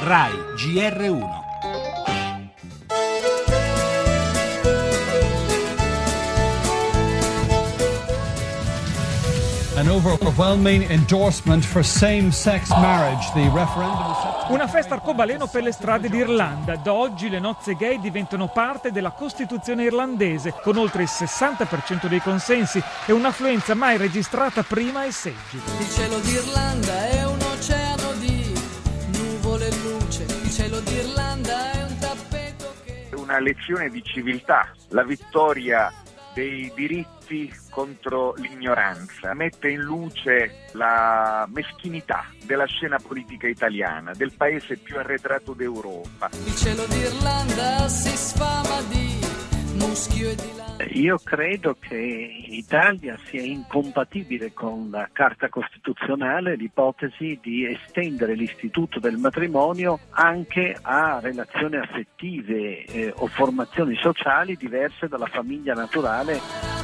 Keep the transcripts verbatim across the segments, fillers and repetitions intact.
Rai G R uno. An overwhelming endorsement for same-sex marriage. The referendum is set to... Una festa arcobaleno per le strade d'Irlanda. Da oggi le nozze gay diventano parte della Costituzione irlandese, con oltre il sessanta per cento dei consensi e un'affluenza mai registrata prima ai seggi. Il cielo d'Irlanda è un oceano di nuvole e luce. Il cielo d'Irlanda è un tappeto che... Una lezione di civiltà, la vittoria dei diritti contro l'ignoranza, mette in luce la meschinità della scena politica italiana, del paese più arretrato d'Europa. Il cielo d'Irlanda si sfama di muschio e di lana. Io credo che in Italia sia incompatibile con la Carta Costituzionale l'ipotesi di estendere l'istituto del matrimonio anche a relazioni affettive eh, o formazioni sociali diverse dalla famiglia naturale.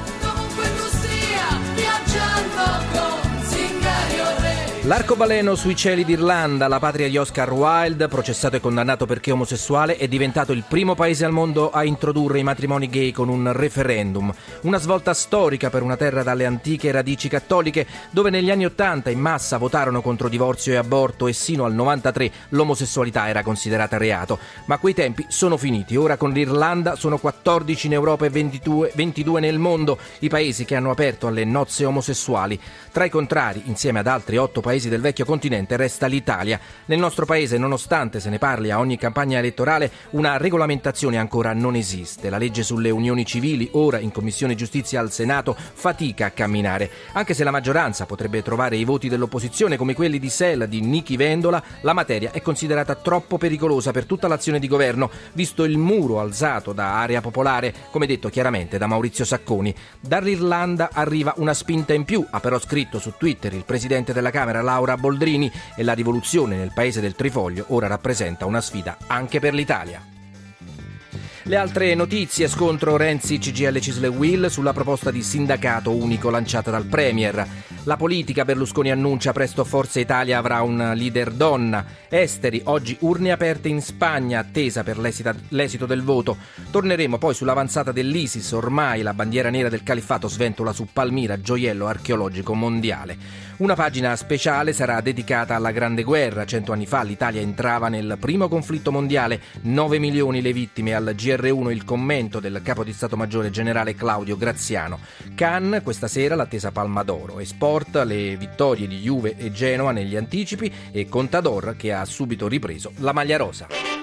L'arcobaleno sui cieli d'Irlanda, la patria di Oscar Wilde, processato e condannato perché omosessuale, è diventato il primo paese al mondo a introdurre i matrimoni gay con un referendum. Una svolta storica per una terra dalle antiche radici cattoliche, dove negli anni Ottanta in massa votarono contro divorzio e aborto e sino al novantatré l'omosessualità era considerata reato. Ma quei tempi sono finiti. Ora con l'Irlanda sono quattordici in Europa e ventidue, ventidue nel mondo i paesi che hanno aperto alle nozze omosessuali. Tra i contrari, insieme ad altri otto paesi del vecchio continente, resta l'Italia. Nel nostro paese, nonostante se ne parli a ogni campagna elettorale, una regolamentazione ancora non esiste. La legge sulle unioni civili, ora in Commissione Giustizia al Senato, fatica a camminare. Anche se la maggioranza potrebbe trovare i voti dell'opposizione come quelli di S E L, di Nichi Vendola, la materia è considerata troppo pericolosa per tutta l'azione di governo, visto il muro alzato da Area Popolare, come detto chiaramente da Maurizio Sacconi. Dall'Irlanda arriva una spinta in più, ha però scritto su Twitter il presidente della Camera Laura Boldrini, e la rivoluzione nel paese del Trifoglio ora rappresenta una sfida anche per l'Italia. Le altre notizie: scontro Renzi C G I L Cisle Will sulla proposta di sindacato unico lanciata dal Premier. La politica: Berlusconi annuncia presto Forza Italia avrà un leader donna. Esteri: oggi urne aperte in Spagna, attesa per l'esito, l'esito del voto. Torneremo poi sull'avanzata dell'ISIS, ormai la bandiera nera del califfato sventola su Palmira, gioiello archeologico mondiale. Una pagina speciale sarà dedicata alla Grande Guerra. Cento anni fa l'Italia entrava nel primo conflitto mondiale, nove milioni le vittime. Al G R uno il commento del capo di Stato Maggiore generale Claudio Graziano. Cannes, questa sera l'attesa Palma d'Oro. E sport, le vittorie di Juve e Genoa negli anticipi, e Contador che ha subito ripreso la maglia rosa.